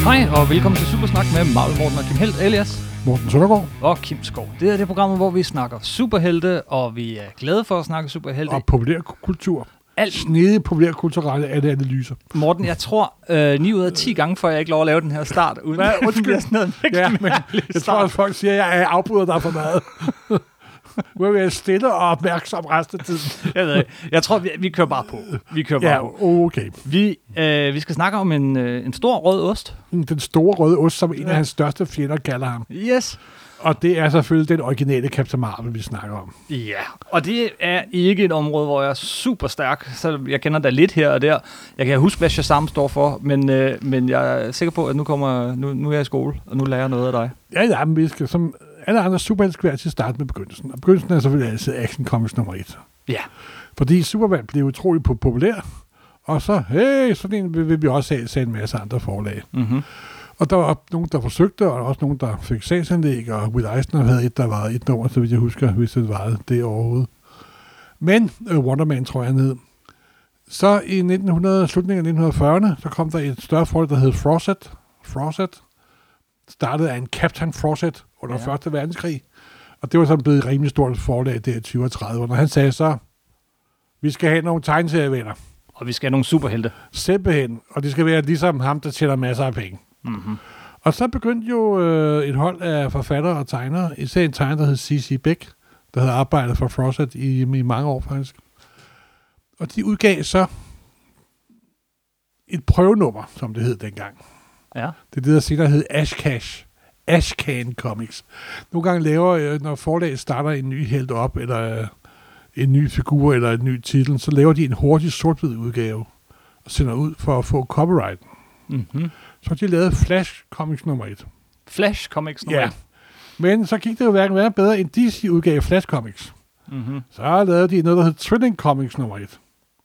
Hej og velkommen til Supersnak med Marvel Morten og Kim Helt, alias Morten Søndergaard og Kim Skov. Det er det program, hvor vi snakker superhelte, og vi er glade for at snakke superhelte. og populærkultur. Alt. Snede populærkulturelle analyser. Morten, jeg tror 9 ud af 10 gange, før jeg ikke lov at lave den her start, uden Hvad? at det bliver sådan noget Ja, men jeg tror, at folk siger, at jeg afbryder dig for meget. Nu er vi stille og opmærksom resten af tiden. Jeg ved ikke. Jeg tror, vi kører bare på. Vi kører bare på. Okay. Vi skal snakke om en stor rød ost. Den store røde ost, som en af hans største fjender kalder ham. Yes. Og det er selvfølgelig den originale Captain Marvel, vi snakker om. Ja, og det er ikke et område, hvor jeg er super stærk, så jeg kender da lidt her og der. Jeg kan huske, hvad Shazam står for, men jeg er sikker på, at nu er jeg i skole, og nu lærer jeg noget af dig. Ja, men vi skal, som alle andre superhelte skal vi altid starte med begyndelsen. Og begyndelsen er selvfølgelig altid Action Comics nummer 1. Ja. Fordi Superman blev utroligt populær, og så, sådan en vil vi også have, sagde en masse andre forlag. Mm-hmm. Og der var nogen, der forsøgte, og også nogen, der fik sagsanlæg, og Will Eisner havde et, der var et nummer, så vidt jeg husker, hvis det var det overhovedet. Men Wonder Man, tror jeg, han hed. Så i slutningen af 1940'erne, så kom der et større forlag, der hed Fawcett. Fawcett startede af en Captain Fawcett under 1. verdenskrig, og det var sådan blevet et rimelig stort forlag der i 20 og 30'erne. Og han sagde så, vi skal have nogle tegneserievenner. Og vi skal have nogle superhelte. Simpelthen, og det skal være ligesom ham, der tjener masser af penge. Mm-hmm. Og så begyndte jo et hold af forfattere og tegnere, især en tegner, der hed C.C. Beck, der havde arbejdet for Fawcett i mange år faktisk. Og de udgav så et prøvenummer, som det hed dengang. Ja. Det der senere hed Ashcan Comics. Nogle gange når forlaget starter en ny helt op, eller en ny figur, eller en ny titel, så laver de en hurtig sort-hvid udgave, og sender ud for at få copyright. Mm-hmm. Så de lavede Flash Comics nummer 1. Flash Comics nummer 1? Ja. Men så gik det jo hverken være bedre, end DC udgav Flash Comics. Mm-hmm. Så lavede de noget, der hed Thrilling Comics nummer 1.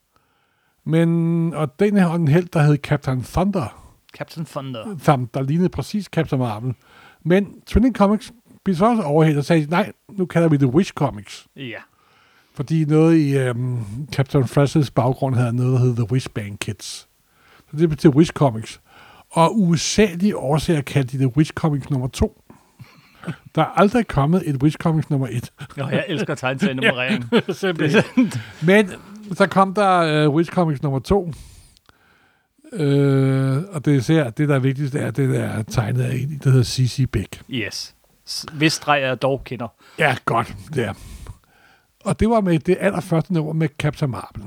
Og den her en helt, der hed Captain Thunder. Captain Thunder. Der lignede præcis Captain Marvel. Men Thrilling Comics blev så også overhældt og sagde, nej, nu kalder vi det Wish Comics. Ja. Fordi noget i Captain Flash's baggrund havde noget, der hed The Wish Band Kids. Så det blev til Wish Comics. Og USA-lige årsager kaldte de det Wish Comics nummer 2. Der er aldrig kommet et Wish Comics nummer 1. Jo, jeg elsker tegneserienummerering. Men så kom der Wish Comics nummer 2. Og det der er vigtigst, er det, der er tegnet af en, der hedder C.C. Beck. Yes. Hvis streg jeg dog kender. Ja, godt. Det er. Og det var med det allerførste nummer med Captain Marvel.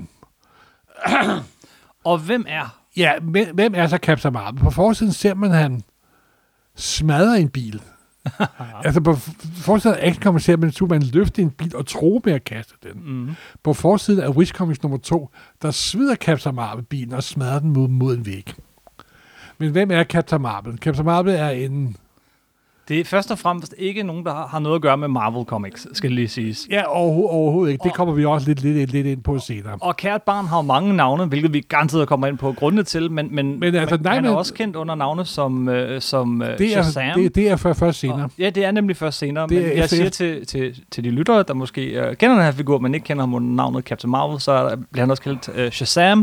Og hvem er? Ja, hvem er så Captain Marvel? På forsiden ser man, at han smadrer en bil. Altså på forsiden af Action Comics ser man, at man løfter en bil og tror med at kaste den. Mm. På forsiden af Wish Comics nummer 2, der svider Captain Marvel bilen og smadrer den mod en væg. Men hvem er Captain Marvel? Captain Marvel er en... Det er først og fremmest ikke nogen, der har noget at gøre med Marvel Comics, skal det lige siges. Ja, overhovedet ikke. Det kommer vi også lidt ind på senere. Og Kært Barn har jo mange navne, hvilket vi garanteret kommer ind på grunde til, men altså, han er også kendt under navne som Shazam. Det er først senere. Ja, det er nemlig først senere, men jeg siger til de lyttere, der måske kender den her figur, men ikke kender ham under navnet Captain Marvel, så bliver han også kaldt Shazam.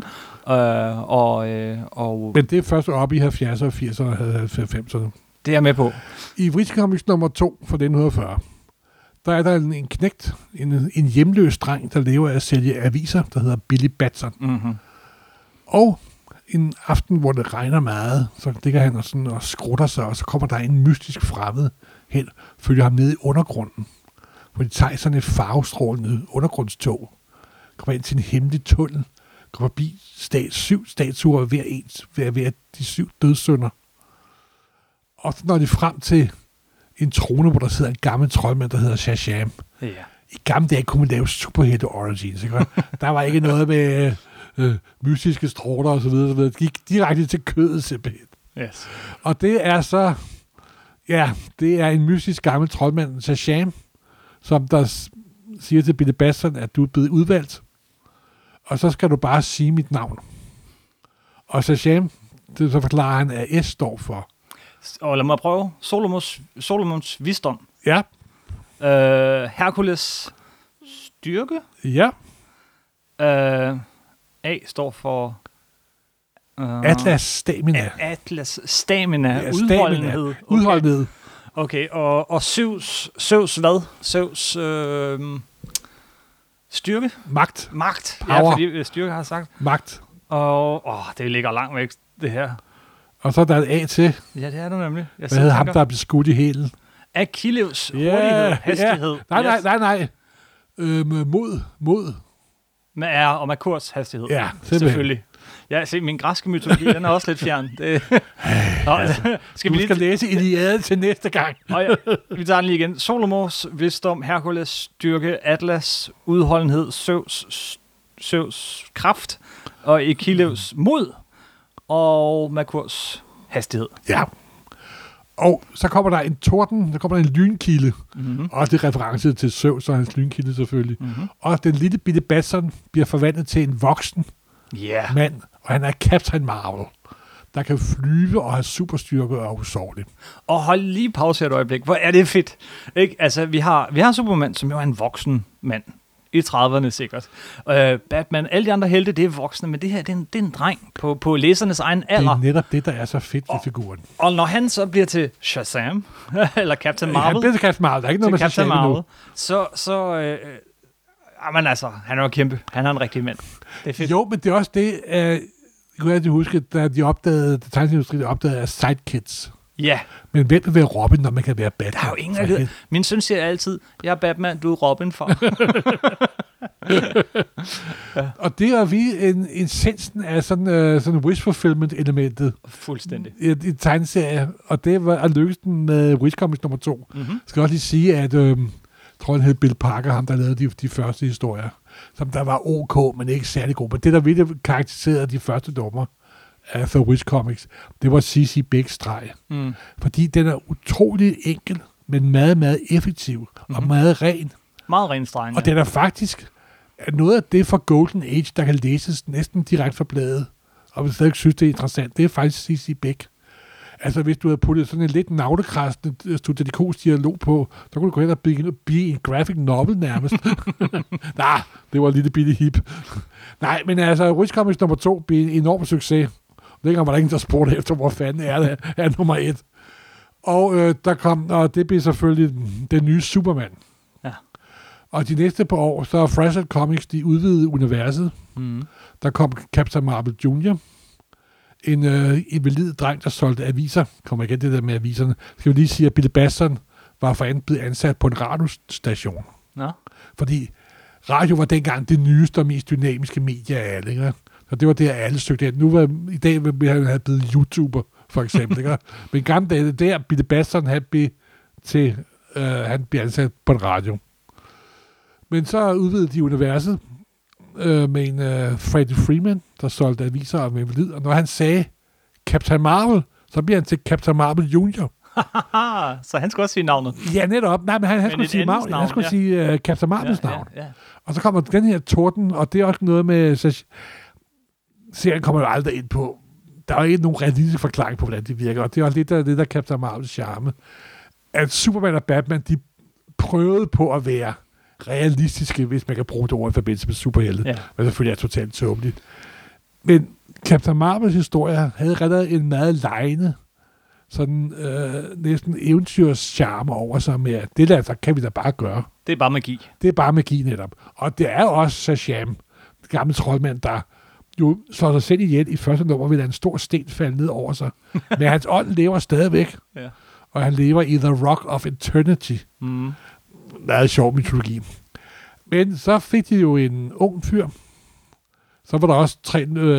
Men det er først oppe i 70'erne, 80'erne og 90'erne. Det er jeg med på. I Wish Comics nummer 2 fra 1940, der er der en knægt, en hjemløs dreng, der lever af at sælge aviser, der hedder Billy Batson. Mm-hmm. Og en aften, hvor det regner meget, så ligger han og skrutter sig, og så kommer der en mystisk fremmed hen, følger ham ned i undergrunden, hvor de tager sådan et farvestrålende undergrundstog, kommer ind til en hemmelig tunnel, går forbi 7 statuer hver de 7 dødssynder. Og så når de frem til en trone, hvor der sidder en gammel troldmand, der hedder Shazam. Ja. I gamle dage kunne man lave superhelte origins, ikke? Der var ikke noget med mystiske stråler og så videre. Det gik direkte til kødet simpelthen. Yes. Og det er så... Ja, det er en mystisk gammel troldmand, Shazam, som der siger til Billy Batson, at du er blevet udvalgt. Og så skal du bare sige mit navn. Og Shazam, det så forklarer han, at S står for... Og lad mig prøve. Solomons visdom. Ja. Hercules styrke. Ja. A står for Atlas Stamina. Atlas Stamina. Ja, Udholdenhed. Udholdenhed. Okay, og Zeus hvad? Zeus styrke? Magt. Ja, Power. fordi styrke har sagt. Magt. Og det ligger langt væk, det her. Og så er der et A til. Ja, det er det nemlig. Hvad hedder ham, der er blevet skudt i hælen? Achilles hurtighed, hastighed. Nej. Mod. Og Merkurs hastighed. Ja, selvfølgelig. Ja, se, min græske mytologi, den er også lidt fjern. Skal vi læse Iliade til næste gang. Vi tager den lige igen. Solomos, visdom, Herkules, styrke, Atlas, udholdenhed, Zeus, kraft, og Achilles, mod, og Merkurs, hastighed. Ja. Og så kommer der en torden, der kommer der en lynkilde. Mm-hmm. Også det reference til Zeus og hans lynkilde selvfølgelig. Mm-hmm. Og den lille bitte Batson bliver forvandlet til en voksen mand, og han er Captain Marvel, der kan flyve og have superstyrke og er usårlig. Og hold lige pause et øjeblik. Hvor er det fedt. Ikke? Altså, vi har Superman, som jo er en voksen mand. I 30'erne sikkert. Batman, alle de andre helte, det er voksne, men det her, det er en dreng på læsernes egen alder. Det er netop det, der er så fedt ved figuren. Og når han så bliver til Shazam, eller Captain Marvel. Han bliver til Captain Marvel, der er ikke noget med Shazam nu. Men altså, han er jo kæmpe. Han er en rigtig mand. Det er fedt. Jo, men det er også det, jeg kunne altid huske, da tegneindustrien opdagede af sidekits. Ja. Men hvem vil være Robin, når man kan være Batman? Der er jo ingen, der min søn siger altid, jeg er Batman, du er Robin for. Ja. Og det er essensen af sådan wish fulfillment-elementet. Fuldstændig. I tegneserie. Og det var lykkedes den med Wish Comics nummer 2. Mm-hmm. Skal også lige sige, at jeg tror, han hed Bill Parker, ham der lavede de første historier, som der var ok, men ikke særlig god. Men det, der virkelig karakteriserede de første numre af The Wish Comics, det var C.C. Beck's streg. Mm. Fordi den er utrolig enkel, men meget, meget effektiv og meget ren. Meget ren streg. Og den er faktisk noget af det fra Golden Age, der kan læses næsten direkte fra bladet, og hvis du stadig synes, det er interessant, det er faktisk C.C. Beck. Altså, hvis du havde puttet sådan en lidt navlekrassende studentikos-dialog på, så kunne du gå hen og blive en graphic novel nærmest. Nej, det var lidt bitte hip. Nej, men altså, Wish Comics nummer 2 blev en enorm succes. Dengang var der ingen, der spurgte efter, hvor fanden er nummer 1. Og det blev selvfølgelig den nye Superman. Ja. Og de næste par år, så er Fractal Comics, de udvidede universet. Mm. Der kom Captain Marvel Jr., en valid dreng, der solgte aviser. Kommer igen det der med aviserne. Skal vi lige sige, at Billy Batson var for andet blevet ansat på en radiostation. Ja. Fordi radio var dengang det nyeste og mest dynamiske medie af alle. Ikke? Så det var det, alle søgte ind. I dag ville han have blevet YouTuber, for eksempel. Ikke? Men i gamle dage, der Billy Batson, han blev ansat på en radio. Men så udvidede de universet med en Freddie Freeman, der solgte aviser og med valid. Og når han sagde Captain Marvel, så bliver han til Captain Marvel Jr. Så han skulle også sige navnet. Ja, netop. Nej, men han skulle sige navn. Han skulle sige Captain Marvels navn. Ja. Og så kommer den her torden, og det er også noget med... serien kommer jo aldrig ind på. Der er jo ikke nogen realistisk forklaring på, hvordan det virker. Og det er også lidt af det, der Captain Marvels charme. At Superman og Batman, de prøvede på at være realistiske, hvis man kan bruge det ord i forbindelse med superhelte. Ja. Men selvfølgelig er totalt tåbeligt. Men Captain Marvels historie havde rettet en meget legende, sådan næsten eventyrs charme over sig med, at det der kan vi da bare gøre. Det er bare magi. Det er bare magi netop. Og det er jo også Shazam, den gamle troldmand, der jo slår sig selv ihjel i første nummer, ved at en stor sten falde ned over sig. Men hans ånd lever stadigvæk. Ja. Og han lever i The Rock of Eternity. Mm. Meget sjov mytologi. Men så fik de jo en ung fyr. Så var der også 3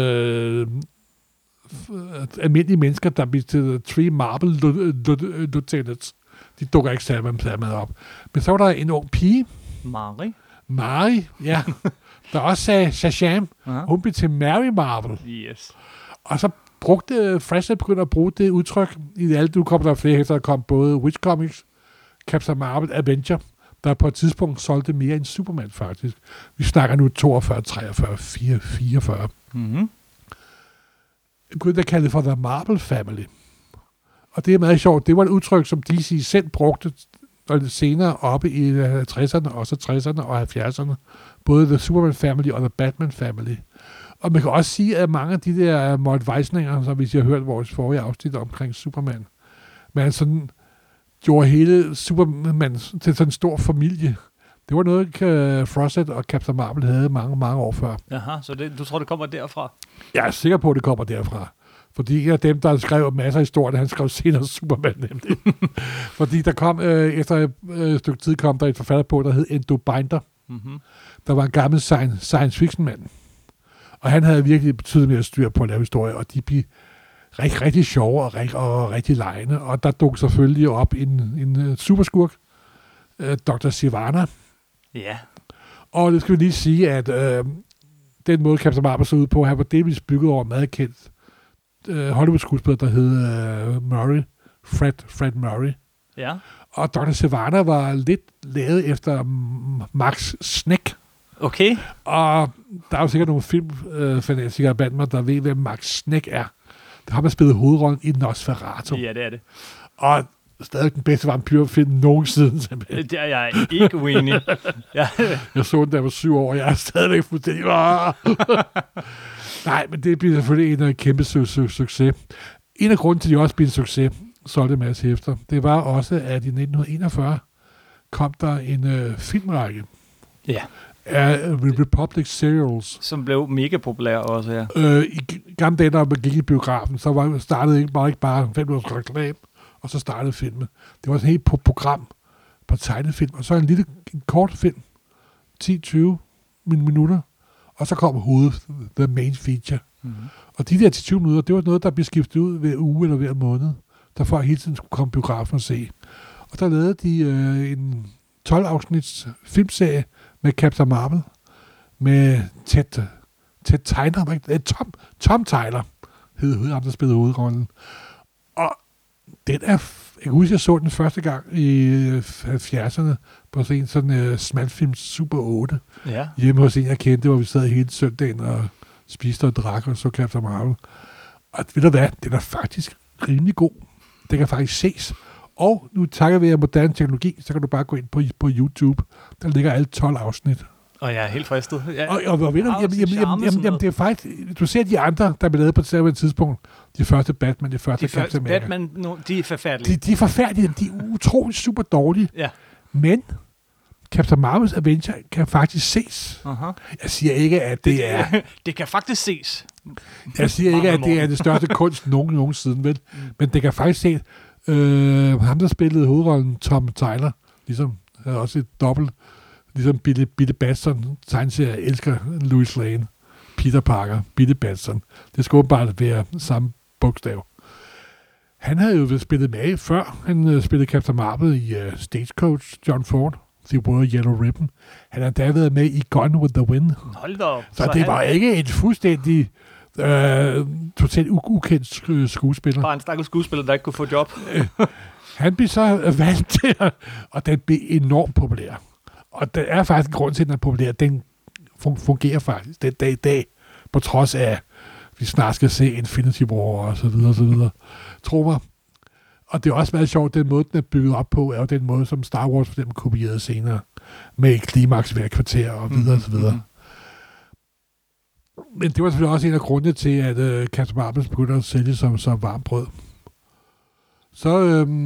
almindelige mennesker, der blev til 3 Marvel Lieutenants. De dukker ikke sammen op. Men så var der en ung pige. Mari, ja. Der også sagde Shazam. Hun blev til Mary Marvel. Yes. Og så Fractal begyndte at bruge det udtryk. I alt, nu kommer der flere efter, der kom både Witch Comics, Captain Marvel, Avenger, der på et tidspunkt solgte mere end Superman faktisk. Vi snakker nu 42, 43, 44. Mm-hmm. Jeg begyndte at kalde det for The Marvel Family. Og det er meget sjovt. Det var et udtryk, som DC selv brugte senere oppe i 60'erne, også 60'erne og 70'erne. Både The Superman Family og The Batman Family. Og man kan også sige, at mange af de der Mort Weisninger, som hvis I har hørt vores forrige afsnit omkring Superman, man sådan gjorde hele Superman til sådan en stor familie. Det var noget, Fawcett og Captain Marvel havde mange, mange år før. Aha, så du tror, det kommer derfra? Jeg er sikker på, at det kommer derfra. Fordi en af dem, der skrev masser af historier, han skrev senere Superman nemlig. Fordi der kom, efter et stykke tid, kom der et forfatter på, der hed Endo Binder. Mm-hmm. Der var en gammel science fiction mand. Og han havde virkelig betydet mere styr på at lave historier, og de blev rigtig, rigtig sjove og rigtig lejende. Og der dukkede selvfølgelig op en superskurk, Dr. Sivana. Ja. Og det skal vi lige sige, at den måde Captain Marvel så ud på, han var delvis bygget over meget kendt Hollywood-skuespiller, der hed Murray. Fred Murray. Ja. Og Dr. Sivana var lidt lavet efter Max Schneck. Okay. Og der er jo sikkert nogle filmfanatikere blandt mig, der ved, hvem Max Schneck er. Der har man spillet hovedrollen i Nosferatu. Ja, det er det. Og stadig den bedste vampyrfilm nogensinde, simpelthen. Det er jeg ikke uenig. Ja. Jeg så den, da jeg var 7 år, og jeg er stadigvæk fuldstændig... Nej, men det bliver selvfølgelig en kæmpe succes. En af grunden til, at det også blev en succes, solgte en masse hæfter, det var også, at i 1941 kom der en filmrække. Ja. Af Republic Serials. Som blev mega populær også, ja. I gamle dage, når man gik i biografen, så startede ikke bare 5 minutters reklame, og så startede filmen. Det var sådan et helt program på tegnefilm, og så en kort film, 10-20 minutter, og så kom the main feature. Mm-hmm. Og de der 10-20 minutter, det var noget, der blev skiftet ud hver uge eller hver måned, der folk hele tiden skulle komme i biografen og se. Og der lavede de en 12-afsnits filmserie med Captain Marvel, med Ted Tyler, Tom Tyler, hed ham, der spillede hovedrollen. Og den er, jeg kan huske, jeg så den første gang i 70'erne på sådan en smalfilm Super 8. Ja. Hjemme hos en, jeg kendte, hvor vi sad hele søndagen og spiste og drak og så Captain Marvel. Og ved du hvad, den er faktisk rimelig god. Den kan faktisk ses. Og nu takker vi af moderne teknologi, så kan du bare gå ind på YouTube. Der ligger alle 12 afsnit. Og jeg er helt fristet. Ja. Og ved du, jamen, det er faktisk... Du ser de andre, der blev lavet på et tidspunkt. De første Batman, de første Captain America. Batman, de er forfærdelige. De er forfærdelige, de er utroligt super dårlige. Ja. Men Captain Marvel's Adventure kan faktisk ses. Uh-huh. Jeg siger ikke, at det er... Det kan faktisk ses. Jeg siger ikke, at det er det største kunst nogensinde, vel? Men det kan faktisk ses. Ham, der spillede hovedrollen, Tom Tyler, ligesom havde også et dobbelt, ligesom Billy Batson, tegneserie, jeg elsker Louis Lane, Peter Parker, Billy Batson. Det skal åbenbart være samme bogstav. Han havde jo spillet med før. Han spillede Captain Marvel i Stagecoach, John Ford, The World Yellow Ribbon. Han har da været med i Gone with the Wind. Hold da op. Så det var ikke et fuldstændig totalt ukendt skuespiller. Bare en stakkels skuespiller, der ikke kunne få job. Han blev så valgt til, og den blev enormt populær. Og der er faktisk en grund til, at den er populær. Den fungerer faktisk den dag i dag, på trods af, at vi snart skal se Infinity War og så videre, og så videre. Tro mig. Og det er også meget sjovt, den måde, den er bygget op på, er jo den måde, som Star Wars for dem kopierede senere, med klimaks hver kvarter og videre, og så videre. Men det var selvfølgelig også en af grundene til, at Captain Marvel begyndte at sælge som varmt brød. Så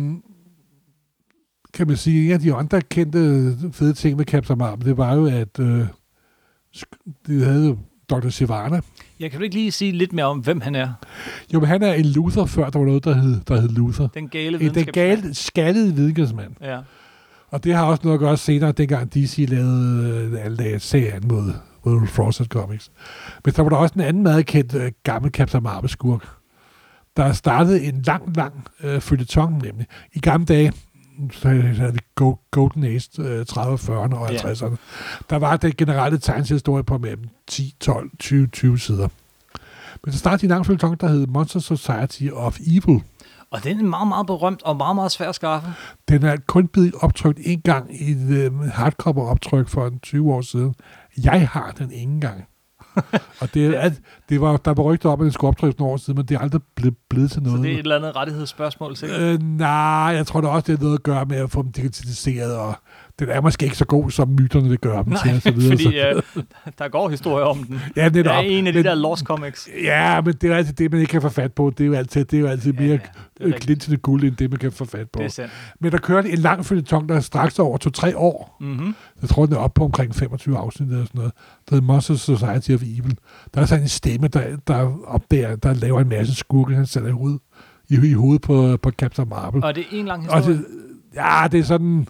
kan man sige, at en af de andre kendte fede ting med Captain Marvel, det var jo, at de havde Dr. Sivana. Jeg kan du ikke lige sige lidt mere om, hvem han er? Jo, men han er en Luther, før der var noget, der hed Luther. Den gale videnskabsmand. Den gale, skaldede videnskabsmand. Ja. Og det har også noget at gøre senere, dengang DC lavede alle serien mod Fawcett Comics. Men der var der også en anden meget kendt gammel Captain Marvel-skurk, der startede en lang føljeton, nemlig. I gamle dage, så havde vi Golden Age, 30'erne, 40'erne og 50'erne. Der var den generelle tegnehistorie på mellem 10, 12, 20 sider. Men så startede en lang føljeton, der hed Monster Society of Evil. Og den er meget, meget berømt og meget, meget svær at skaffe. Den er kun blevet optrykt en gang i et hardcover-optryk for 20 år siden. Jeg har den ingen gang. Og der var rygter om, at den skulle optrykkes nogle år siden, men det er aldrig blevet til noget. Så det er et eller andet rettighedsspørgsmål, sikkert? Nej, jeg tror da også, det er noget at gøre med at få dem digitaliseret, og den er måske ikke så god, som myterne vil gøre dem til. Og så videre, fordi der går historier om den. Ja, det er en af de der Lost Comics. Ja, men det er altid det, man ikke kan få fat på. Det er jo altid mere glintende guld, end det, man kan få fat på. Det er sandt. Men der kørte en lang føljeton, der er straks over 2-3 år. Mm-hmm. Jeg tror, den er oppe på omkring 25 afsnit eller sådan noget. Der hedder Monster Society of Evil. Der er sådan en stemme, der laver en masse skurke, han sætter i hovedet på Captain Marvel. Og det er en lang historie? Det er sådan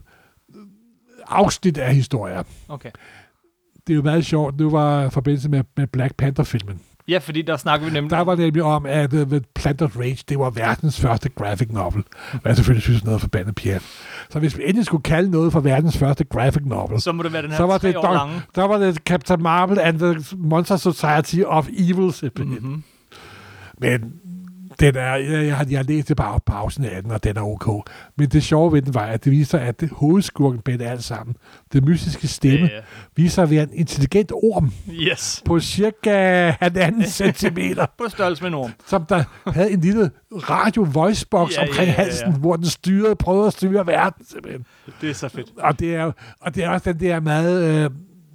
afsnit af historier. Okay. Det er jo meget sjovt. Nu var i forbindelse med Black Panther-filmen. Ja, fordi der snakker vi nemlig... Der var nemlig om, at Planet of Rage, det var verdens første graphic novel. Og jeg selvfølgelig synes, noget forbandet pjat. Så hvis vi endelig skulle kalde noget for verdens første graphic novel... Så må det være den her 3 år lange. Der var det Captain Marvel and the Monster Society of Evil, simpelthen. Mm-hmm. Men den er, jeg har læst det bare pausen af den, og den er ok. Men det sjove ved den var, at det viser, at hovedskurken bag det alt sammen, det mystiske stemme, viser at være en intelligent orm. Yes. På cirka 1,5 centimeter. På størrelse med en orm. Som der havde en lille radio-voicebox omkring halsen, hvor den prøvede at styre verden, simpelthen. Det er så fedt. Og det er også den der meget...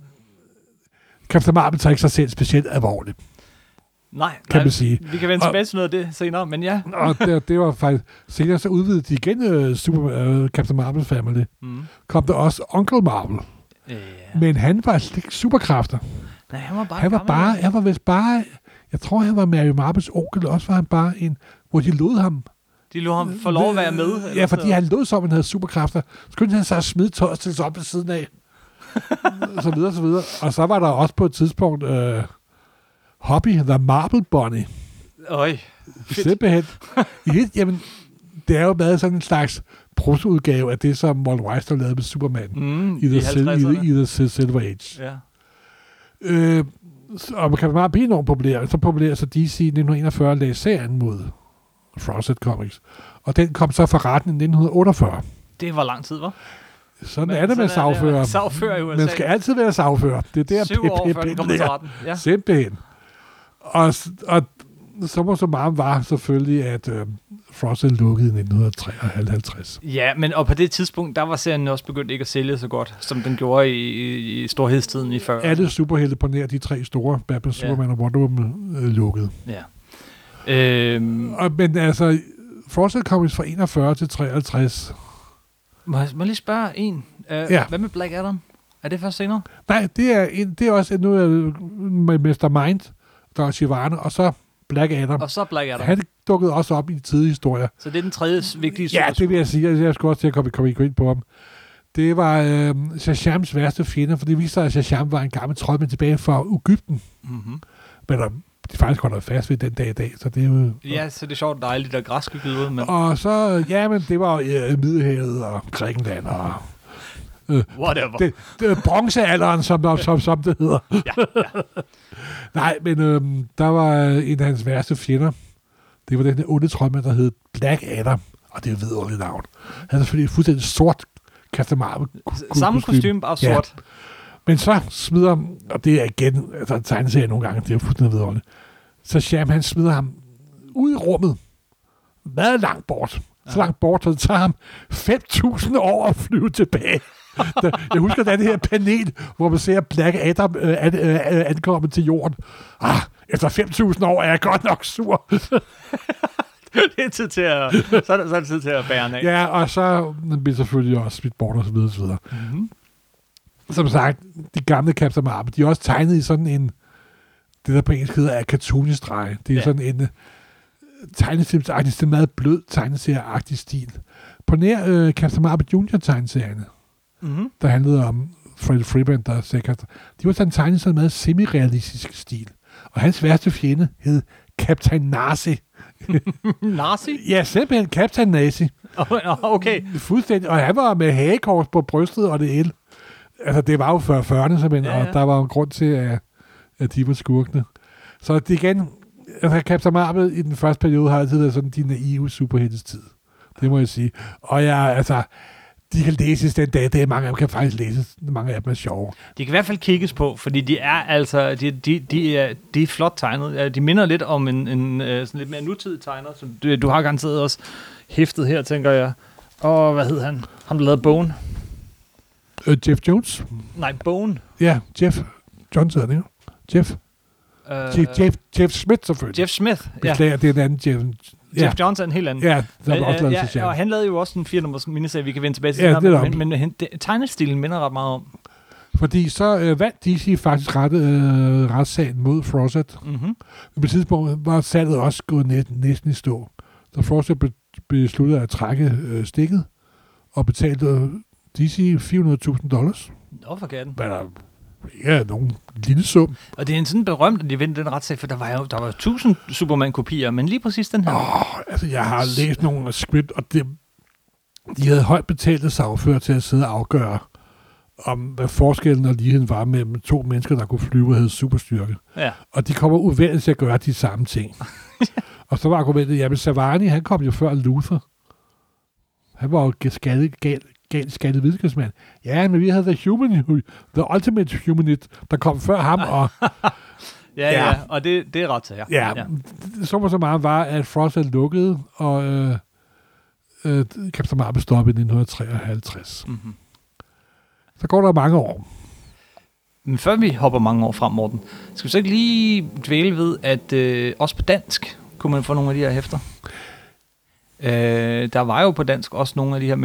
Captain Marvel tager ikke sig selv specielt alvorligt. Nej, kan man sige. Vi kan vende tilbage til noget af det senere, men ja. Og det var faktisk... Senere så udvidede de igen Captain Marvel Family. Kom der også Uncle Marvel. Men han var slet ikke superkræfter. Nej, han var bare... Jeg tror, han var Mary Marvels onkel, også var han bare en... Hvor de lod ham... De lod ham få lov at være med? Ja, fordi han lod som, han havde superkræfter. Så kunne han så smide tøjet til sig op ved siden af. så videre. Og så var der også på et tidspunkt... Hobby, The Marble Bunny. Øj, simpelthen. Jamen, det er jo været sådan en slags protoudgave af det, som Walt Eisner lavede med Superman i The Silver Age. Ja. Og man kan bare blive enormt populær. Så populær, så DC i 1941 lagde serien mod Fawcett Comics. Og den kom så fra retten i 1948. Det var lang tid, hva'? Sådan er det med sagfører. Sagfører i USA. Man skal altid være sagfører. Det er der 7 år før den kom til retten. Ja. Simpelthen. Og så meget var selvfølgelig, at Frost lukkede i 1953. Ja, men og på det tidspunkt, der var serien også begyndt ikke at sælge så godt, som den gjorde i storhedstiden i 40'erne. Alle superhelte på nær de 3 store, Batman, Superman og Wonder Woman, lukkede. Ja. Men altså, Frost Comics fra 41 til 53. Må jeg lige spørge en? Hvad med Black Adam? Er det først senere? Nej, det er også nu med Mr. Mind, der er Shivana, og så Black Adam. Han dukkede også op i de tidlige historier. Så det er den tredje vigtige super. Ja, det vil jeg sige. Jeg skulle også til at komme ind på ham. Det var Shazams værste fjende, for det viste sig, at Shazam var en gammel troldmand tilbage fra Egypten. Mm-hmm. Men de faktisk holder fast ved den dag i dag, så det er jo... Ja, så det er sjovt, dejligt, der græske gyder. Men... Og så, men det var Middelhavet og Grækenland og... whatever. Det bronzealderen, som det hedder. Ja. Nej, men der var en af hans værste fjender. Det var den der onde troldmand, der hed Black Adam. Og det er et vidunderligt navn. Han havde selvfølgelig fuldstændig sort Captain Marvel. Samme kostume, bare sort. Ja. Men så smider, og det er igen, altså en tegneserie nogle gange, det er jo fuldstændig vidunderligt. Så Sham, han smider ham ud i rummet. Meget langt bort. Så langt bort, så det tager ham 5.000 år at flyve tilbage. Jeg husker, der er det her panel, hvor man ser Black Adam ankomme til jorden. Efter 5.000 år er jeg godt nok sur. Det er tid til at, så er det tid til at bære af. Ja, og så bliver selvfølgelig også smidt bort og så videre, og så videre. Mm-hmm. Som sagt, de gamle Captain Marvel, de er også tegnet i sådan en, det der på engelsk hedder cartoonisk-streg. Det er sådan en tegnefilmsagtig, det er meget blød tegneserieagtig stil. På nær Captain Marvel Junior-tegneserierne, der handlede om Freddy Freeman, der sikkert, de var sådan tegnet sådan en meget semi-realistisk stil. Og hans værste fjende hed Captain Nazi. Nazi? Ja, simpelthen Captain Nazi. Okay. Fuldstændig. Og han var med hagekors på brystet og det hele. Altså, det var jo 40'erne simpelthen, og der var jo en grund til, at de var skurkene. Så det igen, altså Captain Marvel i den første periode har altid været sådan de naive superheltes tid. Det må jeg sige. Og de kan læses den dag, det er mange af dem kan faktisk læses, mange af dem er sjove. De kan i hvert fald kigges på, fordi de er altså, de er flot tegnet. De minder lidt om en sådan lidt mere nutidig tegner, som du har garanteret også hæftet her, tænker jeg. Og hvad hed han? Ham, der lavede bogen. Jeff Jones. Nej, Bone. Ja, Jeff Jones hedder det, ikke? Jeff Smith, selvfølgelig. Jeff Smith, Beklager, det er en anden Jeff. Jeff Jones er en helt anden. Ja, der var også lavet og han lavede jo også en 4-nummers miniserie, vi kan vende tilbage til. Ja, men tegnestilen minder ret meget om. Fordi så vandt DC faktisk retssagen mod Fawcett. Mm-hmm. Men på tidspunkt var salget også gået næsten i stå. Så Fawcett besluttede at trække stikket og betalte DC $400,000. Nå, for katten. Hvad der ikke er nogen lille sum. Og det er en sådan berømt, at de vendte den retssag, for der var 1000 Superman-kopier, men lige præcis den her. Altså, jeg har læst nogle script, og de havde højt betalte sagfører til at sidde og afgøre, om hvad forskellen og ligheden var mellem to mennesker, der kunne flyve og havde superstyrke. Ja. Og de kommer udvendigt til at gøre de samme ting. Og så var argumentet, jamen Savani, han kom jo før Luther. Han var jo galt skattet videnskabsmand. Ja, men vi havde The Ultimate Humanist, der kom før ham. Og ja, og det er ret til jer. Ja, så meget var, at Frost er lukket, og Captain Marvel stoppede i 1953. Mm-hmm. Så går der mange år. Men før vi hopper mange år frem, Morten, skal vi så ikke lige dvæle ved, at også på dansk kunne man få nogle af de her hæfter? Der var jo på dansk også nogle af de her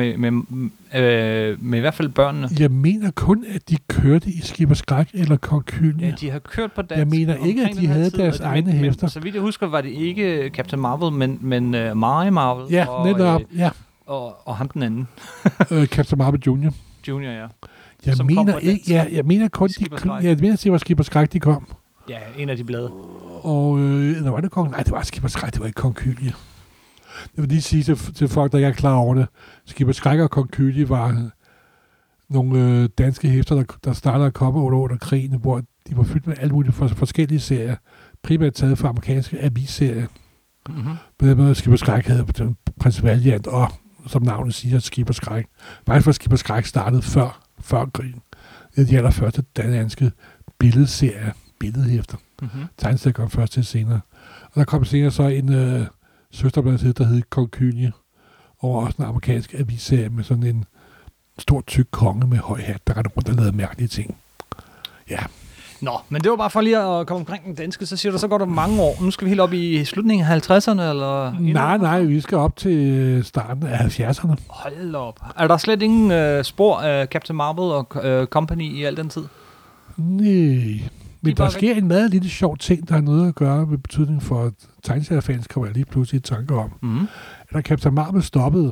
med i hvert fald børnene. Jeg mener kun, at de kørte i Skib og Skræk eller Konkylie. Ja, de har kørt på dansk. Jeg mener ikke, at de havde deres egne hæfter. Så vidt jeg husker, var det ikke Captain Marvel, men Mary Marvel. Ja, netop. Ja. Og ham den anden. Captain Marvel Junior. Junior, ja. Jeg mener ikke. Ja, jeg mener kun, jeg mener, at det var Skib og Skræk, de kom. Ja, en af de blade. Og der var det Konkylie. Nej, det var Skib og Skræk, det var ikke Konkylie. Jeg vil lige sige til folk, der ikke er klar over det. Skib og Skræk og Konkylie var nogle danske hæfter, der startede at komme under krigen, hvor de var fyldt med alle mulige forskellige serier. Primært taget fra amerikanske avisserier. Mm-hmm. På den måde, Skib og Skræk havde Prins Valiant, og som navnet siger, Skib og Skræk. Faktisk var Skib og Skræk startet før krigen. Det er de allerførste danske billedhæfter. Mm-hmm. Tegneserier kom først til senere. Og der kom senere så en søsterblad, der hed Konkylie, og også en amerikansk avisserie med sådan en stor, tyk konge med høj hat, der rendte rundt og lavede mærkelige ting. Ja. Nå, men det var bare for lige at komme omkring den danske, så siger du, så går der mange år. Nu skal vi helt op i slutningen af 50'erne, eller? Nej, vi skal op til starten af 70'erne. Hold op. Er der slet ingen spor af Captain Marvel og Company i al den tid? Nej. Men der sker en meget lille sjov ting, der har noget at gøre med betydning for tegneseriefans, kommer jeg lige pludselig i tanke om. Mm. Da Captain Marvel stoppede,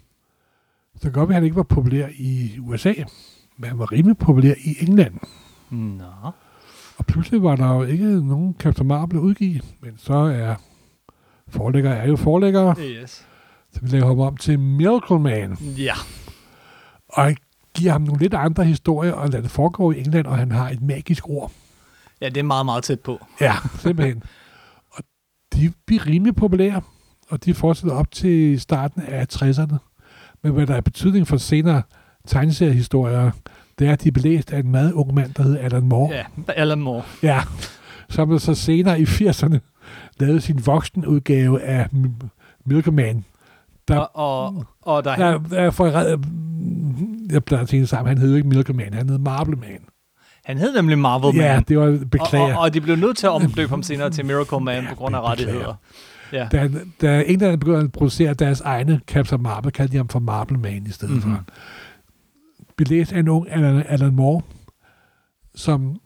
så godt, at han ikke var populær i USA, men han var rimelig populær i England. Nå. Og pludselig var der jo ikke nogen Captain Marvel at udgive, men så er forlæggere jo forlæggere. Yes. Så vi lægger ham om til Miracle Man. Ja. Og giver ham nogle lidt andre historier, og lader det foregå i England, og han har et magisk ord. Ja, det er meget, meget tæt på. Ja, simpelthen. Og de bliver rimelig populære, og de fortsætter op til starten af 60'erne. Men hvad der er betydning for senere tegneseriehistorier, det er, at de er belæst af en meget ung mand, der hedder Alan Moore. Ja, Alan Moore. Ja, som så senere i 80'erne lavede sin voksenudgave af Miracle Man. Og der jeg plejer at tænke sammen, han hed jo ikke Miracle Man, han hed Marvel Man. Han hed nemlig Marvel Man. Ja, det var beklager. Og de blev nødt til at omdøbe ham senere til Miracle Man på grund af rettigheder. Ja. Da England begyndte at producere deres egne Captain Marvel, kaldte de ham for Marvel Man i stedet for. Belæst af en ung Alan Moore, som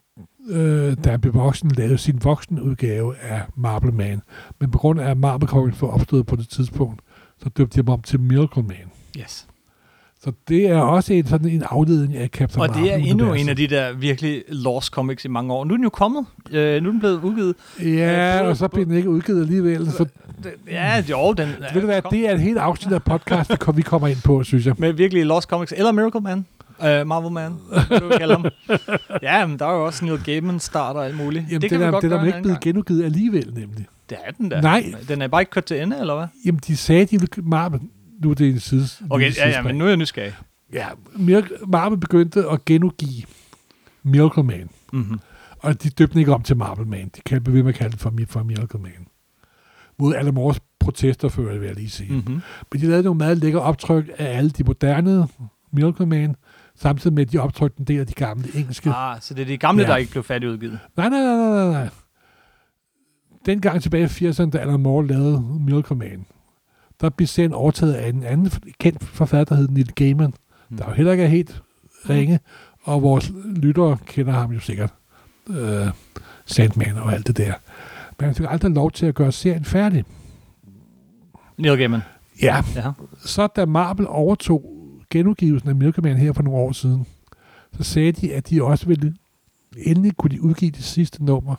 da han blev voksen, lavede sin voksenudgave af Marvel Man. Men på grund af, at Marvel Comics var opstået på det tidspunkt, så døbte de ham om til Miracle Man. Yes. Så det er også sådan en afledning af Captain Marvel. Og det er endnu en af de der virkelig lost comics i mange år. Nu er den jo kommet. Nu er den blevet udgivet. Ja, og så bliver den ikke udgivet alligevel. Så ja, jo. Den, ved du hvad, det er et helt afsnit af podcast, vi kommer ind på, synes jeg. Med virkelig lost comics. Eller Miracle Man. Marvel Man, du vil kalde ham. Ja, men der er jo også Neil Gaiman start og alt muligt. Jamen, det er der ikke blevet genudgivet alligevel, nemlig. Det er den der. Nej. Den er bare ikke kørt til ende, eller hvad? Jamen, de sagde, de ville Marvel. Nu er det en side. Okay, ja, men nu er jeg nysgerrig. Ja, Marvel begyndte at genudgive Miracle Man. Mm-hmm. Og de døbte ikke om til Marvel Man. De kan blive ved med at kalde det for Miracle Man. Mod Alan Moores protester, før det vil jeg lige sige. Mm-hmm. Men de lavede nogle meget lækre optryk af alle de moderne Miracle Man, samtidig med, at de optrykte en del af de gamle engelske. Så det er de gamle, der ikke blev færdigudgivet? Nej. Dengang tilbage i 80'erne, da Alan Moore lavede Miracle Man, der blev serien overtaget af en anden kendt forfatter, der hed Neil Gaiman, der jo heller ikke er helt ringe, og vores lyttere kender ham jo sikkert. Sandman og alt det der. Men han fik aldrig lov til at gøre serien færdig. Neil Gaiman? Ja. Så da Marvel overtog genudgivelsen af Miracle Man her for nogle år siden, så sagde de, at de også ville endelig kunne de udgive det sidste nummer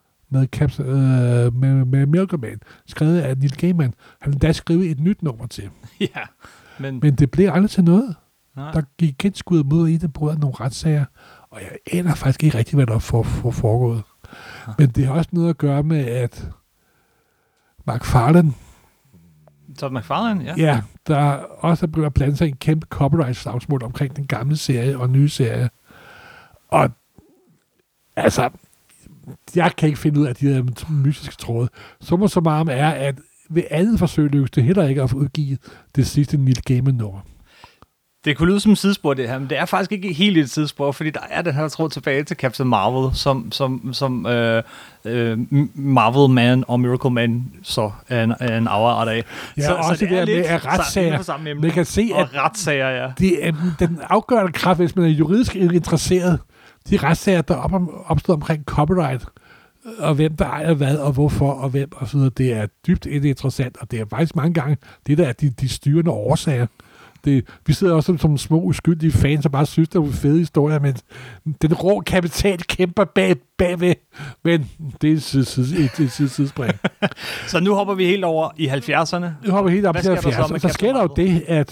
med Miracle Man, skrevet af Neil Gaiman. Han ville da skrive et nyt nummer til. Ja. Men det blev aldrig til noget. Nej. Der gik genskud mod i det, på nogle retssager, og jeg aner faktisk ikke rigtig, hvad der foregået. Ja. Men det har også noget at gøre med, at McFarlane, Todd McFarlane, ja. Ja, der også er begyndt at blande sig i en kæmpe copyright-slagsmål omkring den gamle serie og nye serie. Og altså, jeg kan ikke finde ud af de der mystiske tråde. Summa summarum er, at ved andet forsøg lykkedes det heller ikke at få udgivet det sidste Neil Gaiman-nummer. Det kunne lyde som et sidespor, det her, men det er faktisk ikke helt et sidespor, fordi der er den her tråd tilbage til Captain Marvel, som Marvel Man og Miracle Man så er en afart af. Ja, så også det der med retssager. Man kan se, at retssager, ja. Den afgørende kraft, hvis man er juridisk interesseret, de retssager, der opstod omkring copyright, og hvem der ejer hvad, og hvorfor, og hvem, og så videre, det er dybt interessant, og det er faktisk mange gange det, der er de styrende årsager. Vi sidder også som små uskyldige fans, og bare synes, det er fede historier, men den rå kapital kæmper bagved, men det er et sidespring. Så nu hopper vi helt over i 70'erne. Nu hopper vi helt op til 70'erne. Så sker der jo det, at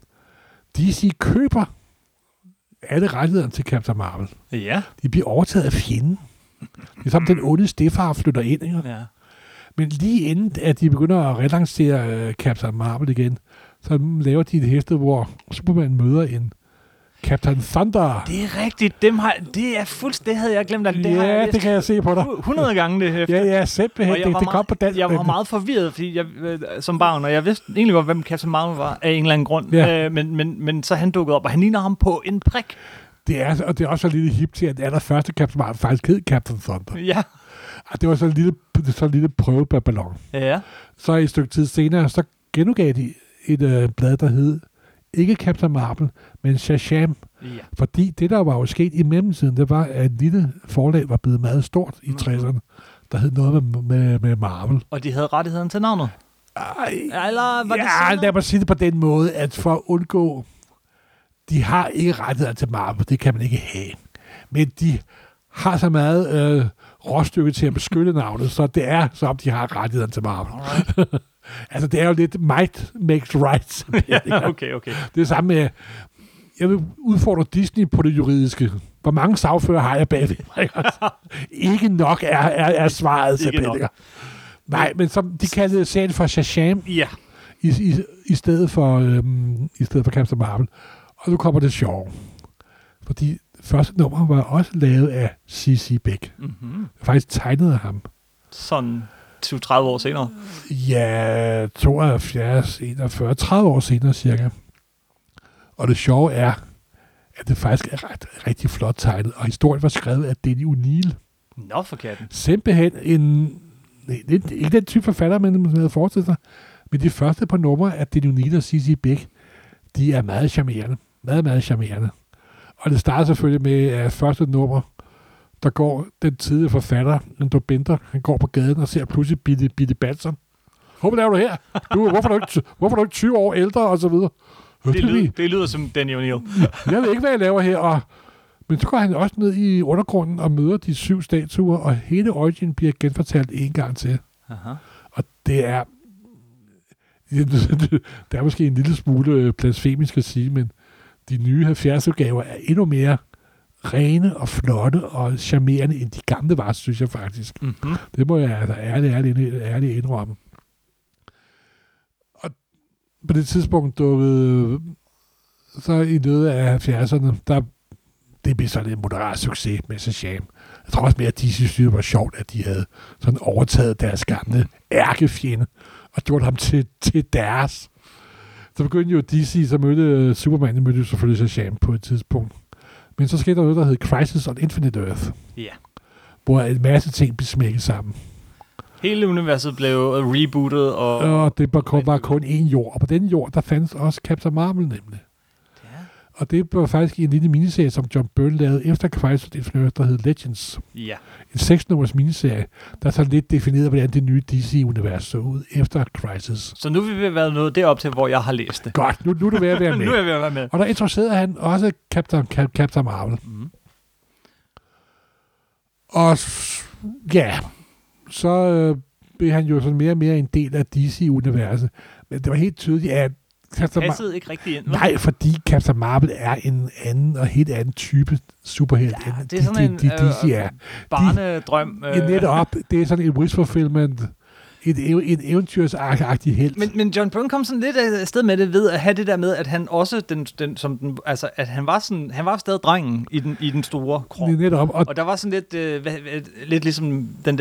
DC køber alle rettighederne til Captain Marvel. Ja. De bliver overtaget af fjenden. Det er som den onde stefar flytter ind. Ikke? Ja. Men lige inden, at de begynder at relancere Captain Marvel igen, så laver de et hæsted, hvor Superman møder en Captain Thunder. Det er rigtigt. Det havde jeg glemt. Det kan jeg se på dig. 100 gange det hæfte. Ja, simpelthen. Det kom på dansk. Jeg var meget forvirret, fordi jeg, som barn, og jeg vidste egentlig godt, hvem Captain Marvel var, af en eller anden grund. Ja. Men så han dukkede op, og han ligner ham på en prik. Det er også så lidt hip til, at den allerførste Captain Marvel faktisk hed Captain Thunder. Ja. Det var så en lille prøveballon. Ja. Så et stykke tid senere, så genudgav de et blad, der hed ikke Captain Marvel, men Shazam. Ja. Fordi det, der var jo sket i mellemtiden, det var, at et lille forlag var blevet meget stort i 60'erne, der hed noget med Marvel. Og de havde rettigheden til navnet? Eller var det lad mig sige det på den måde, at for at undgå, de har ikke rettigheder til Marvel, det kan man ikke have. Men de har så meget råstykke til at beskytte navnet, så det er, som de har rettigheden til Marvel. Altså, det er jo lidt might makes right. Ja, okay. Det er samme med, jeg vil udfordre Disney på det juridiske. Hvor mange sagfører har jeg bagved? Ikke nok er svaret til Nej, men som de kaldte serien for Shazam. Ja. I stedet for Captain Marvel. Og nu kommer det sjov. Fordi første nummer var også lavet af C.C. Beck. Mm-hmm. Faktisk tegnede ham. Sådan 20-30 år senere? Ja, 72, 41, 30 år senere cirka. Og det sjove er, at det faktisk er rigtig flot tegnet, og historien var skrevet af Denny O'Neil. Nå, for katten. Simpelthen ikke den type forfatter, man havde forestillet sig, men de første par numre af Denny O'Neil og C.C. Beck, de er meget charmerende. Meget, meget charmerende. Og det starter selvfølgelig med, at første nummer, der går den tidlige forfatter, en Bender, han går på gaden og ser pludselig Billy Batson. Hvad laver du her? Hvorfor er du ikke 20 år ældre, og så videre? Det lyder som Denny O'Neil. Jeg ved ikke, hvad jeg laver her. Men så går han også ned i undergrunden og møder de 7 statuer, og hele origin bliver genfortalt en gang til. Aha. Og det er måske en lille smule blasfemisk at sige, men de nye 70-udgaver er endnu mere rene og flotte og charmerende end de gamle var, synes jeg faktisk. Mm-hmm. Det må jeg altså ærligt indrømme. Og på det tidspunkt dukkede så i løbet af 70'erne, det blev sådan en moderat succes med Shazam. Jeg tror også mere, at de synes, det var sjovt, at de havde sådan overtaget deres gamle ærkefjende og gjort ham til deres. Så begyndte jo DC, så mødte Superman, mødte jo selvfølgelig Shazam på et tidspunkt. Men så skete der noget, der hed Crisis on Infinite Earth. Ja. Hvor en masse ting blev smækket sammen. Hele universet blev rebootet. Og det var kun én jord. Og på den jord, der fandtes også Captain Marvel nemlig. Ja. Og det var faktisk en lille miniserie, som John Byrne lavede efter Crisis on Infinite Earth, der hed Legends. Ja. En 6-nummers miniserie, der så lidt definerede, hvordan det nye DC-univers så ud efter Crisis. Så nu vil vi være nået derop til, hvor jeg har læst det. Godt, nu er du ved at være med. Nu er jeg ved at være med. Og der introducerede han også Captain Marvel. Mm. Og ja, så blev han jo sådan mere og mere en del af DC-universet. Men det var helt tydeligt, at Passede ikke rigtig ind. Nej, fordi Captain Marvel er en anden og helt anden type superhelt, ja, end det er sådan DC er. Barnedrøm. Netop, det er sådan en wish fulfillment, en eventyrsagtig helt. Men John Byrne kom sådan lidt af sted med det ved at have det der med, at han også at han var stadig drengen i den store krop. Netop, og der var sådan lidt ligesom den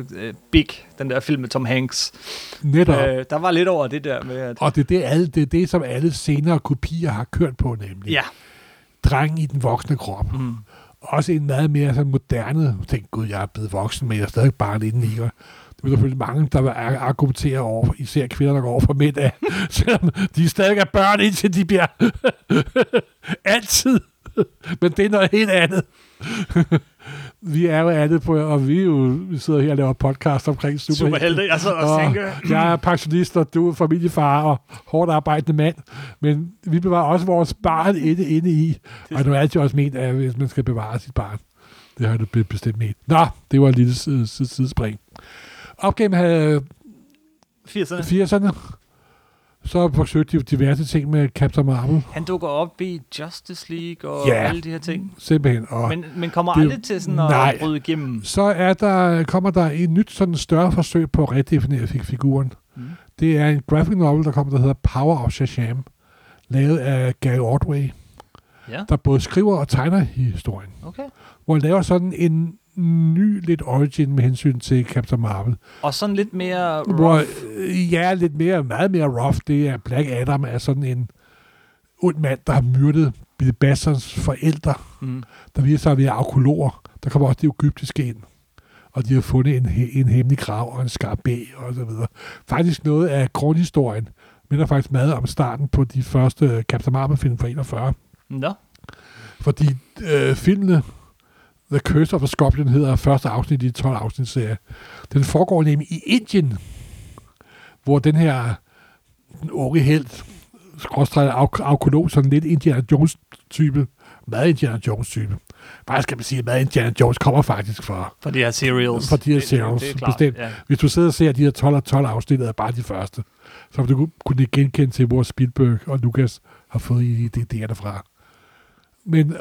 der film med Tom Hanks. Netop. Der var lidt over det der med at... Og det er det, som alle senere kopier har kørt på, nemlig. Ja. Drengen i den voksne krop. Mm. Også en meget mere sådan moderne, tænk, gud, jeg er blevet voksen, men jeg er stadig barn inden i. Det er selvfølgelig mange, der vil argumentere over, især kvinder, der går over for mænd af, selvom de stadig er børn, indtil de bliver altid. Men det er noget helt andet. Vi er jo andet på, og vi sidder her og laver podcast omkring superhelte. Jeg sidder og tænker. Jeg er pensionist, og du er familiefar og hårdt arbejdende mand. Men vi bevarer også vores barn inde i. Og du er altid også ment, at hvis man skal bevare sit barn. Det har du bestemt ment. Nå, det var et lille sidespring. Op gennem 80'erne. Så forsøgte de diverse ting med Captain Marvel. Han dukker op i Justice League og alle de her ting. Simpelthen. Og men kommer aldrig til sådan at bryde igennem. Så kommer der et nyt sådan større forsøg på at redefinere figuren. Mm. Det er en graphic novel, der hedder Power of Shazam, lavet af Gary Ordway, der både skriver og tegner historien. Okay. Hvor han laver sådan en ny lidt origin med hensyn til Captain Marvel. Og sådan lidt mere rough. Meget mere rough. Det er Black Adam er sådan en ond mand, der har myrdet Billy Batsons forældre, der viser sig at være arkologer. Der kommer også det egyptiske ind. Og de har fundet en hemmelig grav og en skarabæ og så videre. Faktisk noget af grundhistorien minder faktisk meget om starten på de første Captain Marvel-film fra 41. Nå. Fordi filmene The Curse of the Scorpion hedder første afsnit i de 12 afsnitsserie. Den foregår nemlig i Indien, hvor den unge helt arkeolog, sådan lidt Indiana Jones-type, meget Indiana Jones-type. Faktisk kan man sige, at meget Indiana Jones kommer faktisk fra de her serials. For de her serials, det bestemt. Ja. Hvis du sidder og ser de her 12 afsnit, er bare de første, så du kunne genkende til, hvor Spielberg og Lucas har fået idéer derfra. Men,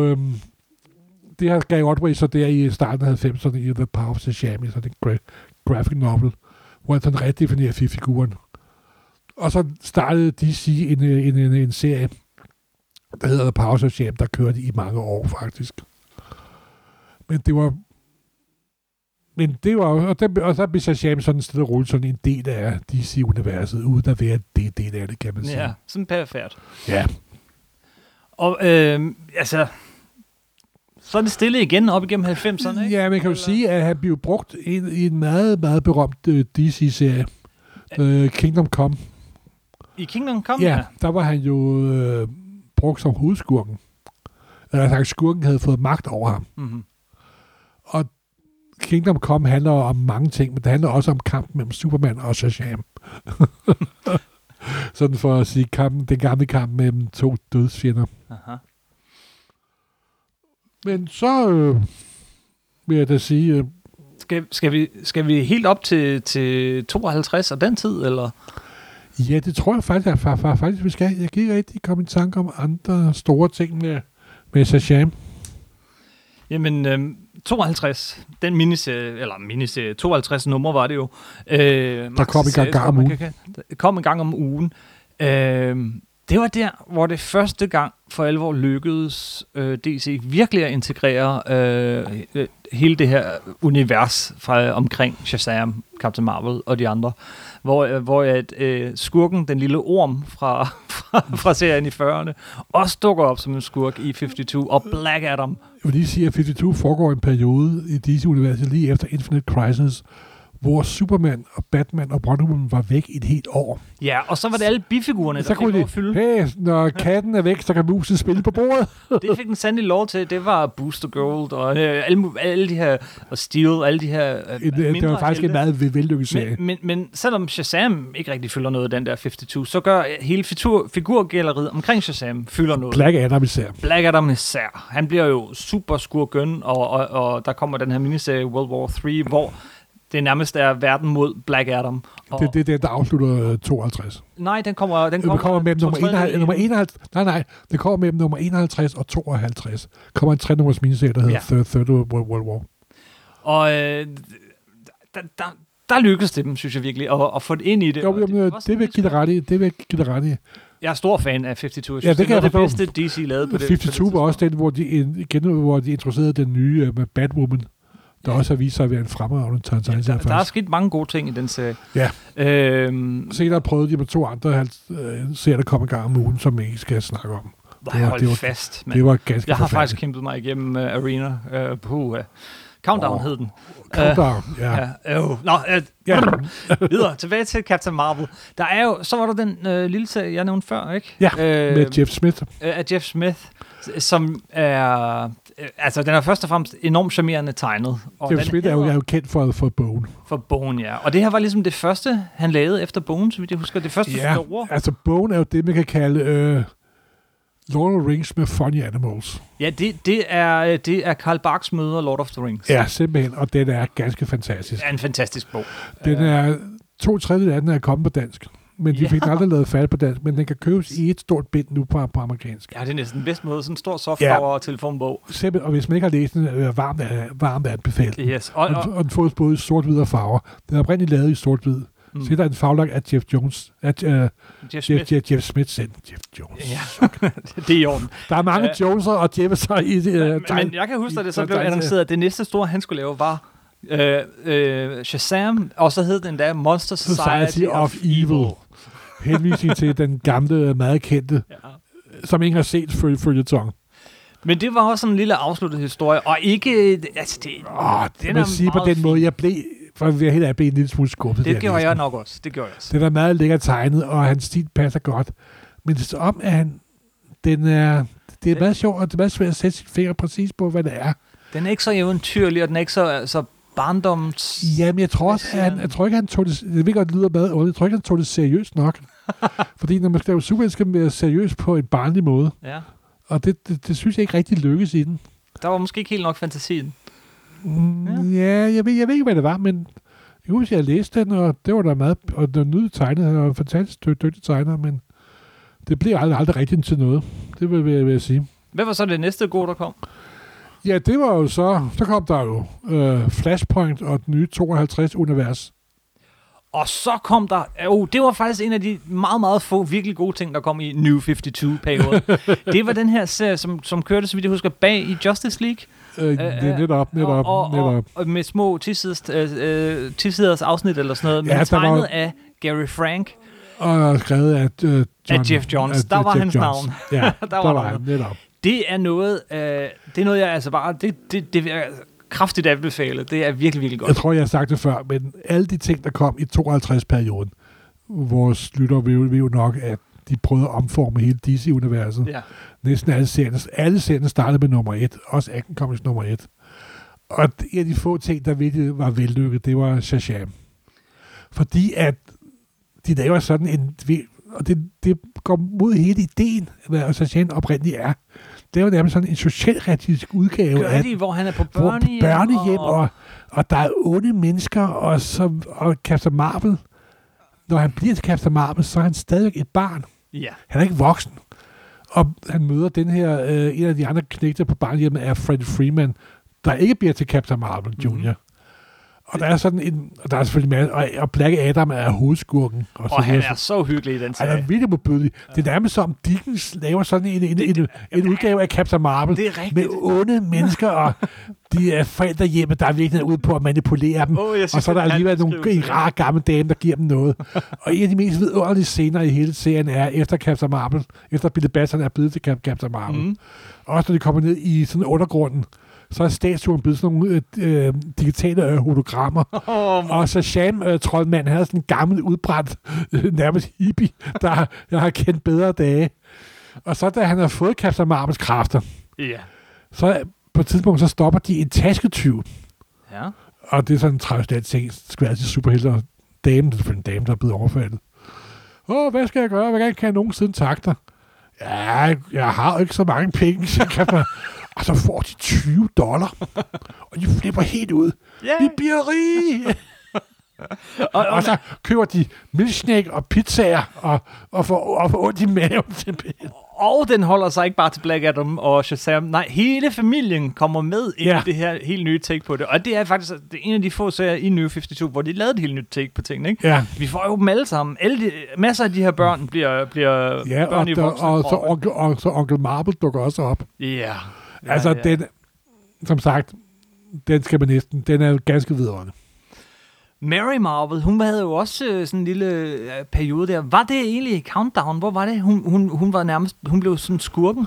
det har Gary Ordway så der i starten af 90'erne i The Power of Shazam, så det er en graphic novel, hvor han sådan redefinerer figuren. Og så startede DC en serie, der hedder The Power of Shazam, der kørte i mange år faktisk. Og så blev Shazam sådan stille og roligt sådan en del af DC-universet, uden at være det del af det, kan man sige. Ja, sådan perfekt. Ja. Og så er det stille igen op igennem 90'erne, ikke? Ja, man kan jo sige, at han blev brugt i en meget, meget berømt DC-serie. Kingdom Come. I Kingdom Come? Ja, der var han jo brugt som hovedskurken. Eller sagt, skurken havde fået magt over ham. Mm-hmm. Og Kingdom Come handler om mange ting, men det handler også om kampen mellem Superman og Shazam. Sådan for at sige den gamle kamp mellem to dødsfjender. Aha. Men så vil jeg da sige... Skal vi helt op til 52 og den tid, eller? Ja, det tror jeg faktisk vi skal. Jeg kan ikke rigtig komme i tanke om andre store ting med Shazam. Jamen, 52, den miniserie, 52 numre var det jo. Der kom en gang om ugen. Det var der, hvor det første gang for alvor lykkedes DC virkelig at integrere hele det her univers fra omkring Shazam, Captain Marvel og de andre, hvor skurken, den lille orm fra serien i 40'erne, også dukker op som en skurk i 52, og Black Adam. Jeg vil lige sige, at 52 foregår en periode i DC-universet lige efter Infinite Crisis, hvor Superman og Batman og Wonder Woman var væk i et helt år. Ja, og så var det alle bifigurerne, der fik lov at fylde. Hey, når katten er væk, så kan musen spille på bordet. Det fik den sandelig lov til. Det var Booster Gold og alle de her, og Steel, alle de her det var faktisk en meget vellykket serie. Men selvom Shazam ikke rigtig fylder noget af den der 52, så gør hele figurgalleriet omkring Shazam fylder noget. Black Adam især. Black Adam især. Han bliver jo super skurken, og der kommer den her miniserie World War 3, hvor det nærmest er verden mod Black Adam. Det er det, der afslutter 52. Nej, den kommer mellem nummer 51. Nej, det kommer mellem nummer 51 og 52. Kommer en 3-nummers miniserie, der hedder Third World War. Og der lykkedes det dem, synes jeg virkelig, at få det ind i det. Jo, det vil give dig ret i. Jeg er stor fan af 52. Ja, det kan det bedste, DC lavede på det. 52 var også den, hvor de introducerede den nye med Batwoman, der også har vist sig at være en fremragende tegneserie. Der er sket mange gode ting i den serie. Ja. Senere prøvede de med 2 andre serier, der kom i gang om ugen, som jeg ikke skal snakke om. Fast. Det var ganske jeg har faktisk kæmpet mig igennem Arena. Countdown hed den. Countdown, Videre, tilbage til Captain Marvel. Der er jo, så var der den lille serie, jeg nævnte før, ikke? Ja, med Jeff Smith. Af Jeff Smith, som er... Altså, den er først og fremmest enormt charmerende tegnet. Og Jeff Smith er jo kendt for Bogen. For Bogen, ja. Og det her var ligesom det første, han lavede efter Bogen, så vidt jeg husker. Det første store. Altså Bogen er jo det, man kan kalde Lord of the Rings med funny animals. Ja, det er Carl Barks møder Lord of the Rings. Ja, simpelthen. Og den er ganske fantastisk. Det er en fantastisk bog. Den er 2/3 af den er kommet på dansk. Men de fik den aldrig lavet færdig på dansk, men den kan købes i et stort bind nu på amerikansk. Ja, det er næsten den bedste måde. Sådan en stor softcover telefonbog. Simpelthen, og hvis man ikke har læst den, er varmt anbefalet. Yes. Og den fås både sort-hvid og farver. Den er oprindeligt lavet i sort-hvid. Så der er en faglagt af Jeff Jones. Jeff Smith selv. Jeff Jones. Ja, det er i orden. Der er mange Joneser og Jeffeser i det. Men jeg kan huske, at det så blev annonceret, at det næste store, han skulle lave, var Shazam, og så hed den der Monster Society of Evil. Henvisning til den gamle, meget kendte, som ingen har set følgetong. Men det var også sådan en lille afsluttet historie, og ikke... Altså, det vil sige på den måde, jeg blev... For at være helt af, blev en lille smule skuffet. Det gjorde jeg nok også. Den er meget lækkert tegnet, og hans stil passer godt. Men det er om, at det er meget sjovt, og det er meget svært at sætte sit finger præcis på, hvad det er. Den er ikke så eventyrlig, og den er ikke så barndoms... Jamen, jeg tror også, jeg tror ikke, han tog det... Jeg ved godt, det lyder meget ondt. Jeg tror ikke, han tog det seriøst nok. Fordi når man skal lave Superman, skal man være seriøs på en barnlig måde. Ja. Og det synes jeg ikke rigtig lykkes i den. Der var måske ikke helt nok fantasien. Jeg ved ikke, hvad det var, men jeg husker, jeg læste den, og det var der meget... Og den nye tegner, han var en fantastisk dygtig tegner, men det blev aldrig rigtigt til noget. Det vil jeg sige. Hvad var så det næste gode, der kom? Ja, det var jo så kom der jo Flashpoint og den nye 52-univers. Og så kom der... det var faktisk en af de meget, meget få virkelig gode ting, der kom i New 52-perioden. Det var den her serie, som kørte, så vidt jeg husker, bag i Justice League. Netop. Og med små 10-siders afsnit eller sådan noget, men tegnet af Gary Frank. Og skrevet af Jeff Johns. Der var hans navn. Ja, der var han netop. Det er noget, jeg altså bare... Det er kraftigt anbefale. Det er virkelig, virkelig godt. Jeg tror, jeg har sagt det før, men alle de ting, der kom i 52-perioden, vores lytter vil jo nok, at de prøvede at omforme hele DC-universet. Ja. Næsten alle serierne startede med nummer 1. Også Action Comics nummer 1. Og en af de få ting, der virkelig var vellykket, det var Shazam. Fordi at de laver sådan en... Og det går mod hele ideen, hvad Shazam oprindeligt er. Det er jo nærmest sådan en socialrealistisk udgave af hvor han er på børnehjem. Og der er onde mennesker, og Captain Marvel, når han bliver til Captain Marvel, så er han stadig et barn. Ja. Han er ikke voksen. Og han møder den her, en af de andre knægter på barnehjemmet er Fred Freeman, der ikke bliver til Captain Marvel Jr. Og der er sådan og der er selvfølgelig masser, og Black Adam er hovedskurken. Og han er så hyggelig i den serie. Han er virkelig modbydelig. Ja. Det er nærmest som Dickens laver sådan en udgave af Captain Marvel. Det er rigtigt. Med onde mennesker, og de er forældrehjemme, der er virkelig ude på at manipulere dem, og så er der alligevel en rar gammel dame, der giver dem noget. Og en af de mest vidunderlige scener i hele serien er efter Captain Marvel, efter Billy Batson er blevet til Captain Marvel. Også når de kommer ned i sådan undergrunden, så er statuen blevet sådan nogle digitale hologrammer. Og så Shazam-troldmand havde sådan en gammel, udbrændt, nærmest hippie, der har kendt bedre dage. Og så da han har fået Captain Marvels kræfter, så på et tidspunkt, så stopper de en tasketyv. Ja. Og det er sådan en traditionel ting. Det skal være altid superhelter. Damen, det er en dame, der er blevet overfaldet. Hvad skal jeg gøre? Hvordan kan jeg nogensinde takke dig? Ja, jeg har ikke så mange penge, så kan man... Og så får de $20. Og de flipper helt ud. Vi bliver rige! og så køber de milkshake og pizzaer og får ondt i maven simpelthen. Og den holder sig ikke bare til Black Adam og Shazam. Nej, hele familien kommer med i det her helt nye take på det. Og det er faktisk en af de få serier i New 52, hvor de lavede et helt nyt take på tingene. Ikke? Ja. Vi får jo dem alle sammen. Masser af de her børn bliver børn i voksne. Og så Onkel Marvel dukker også op. Ja. Altså, den, som sagt, den skal man næsten. Den er ganske videre. Mary Marvel, hun havde jo også sådan en lille periode der. Var det egentlig Countdown? Hvor var det? Hun var nærmest... Hun blev sådan skurken.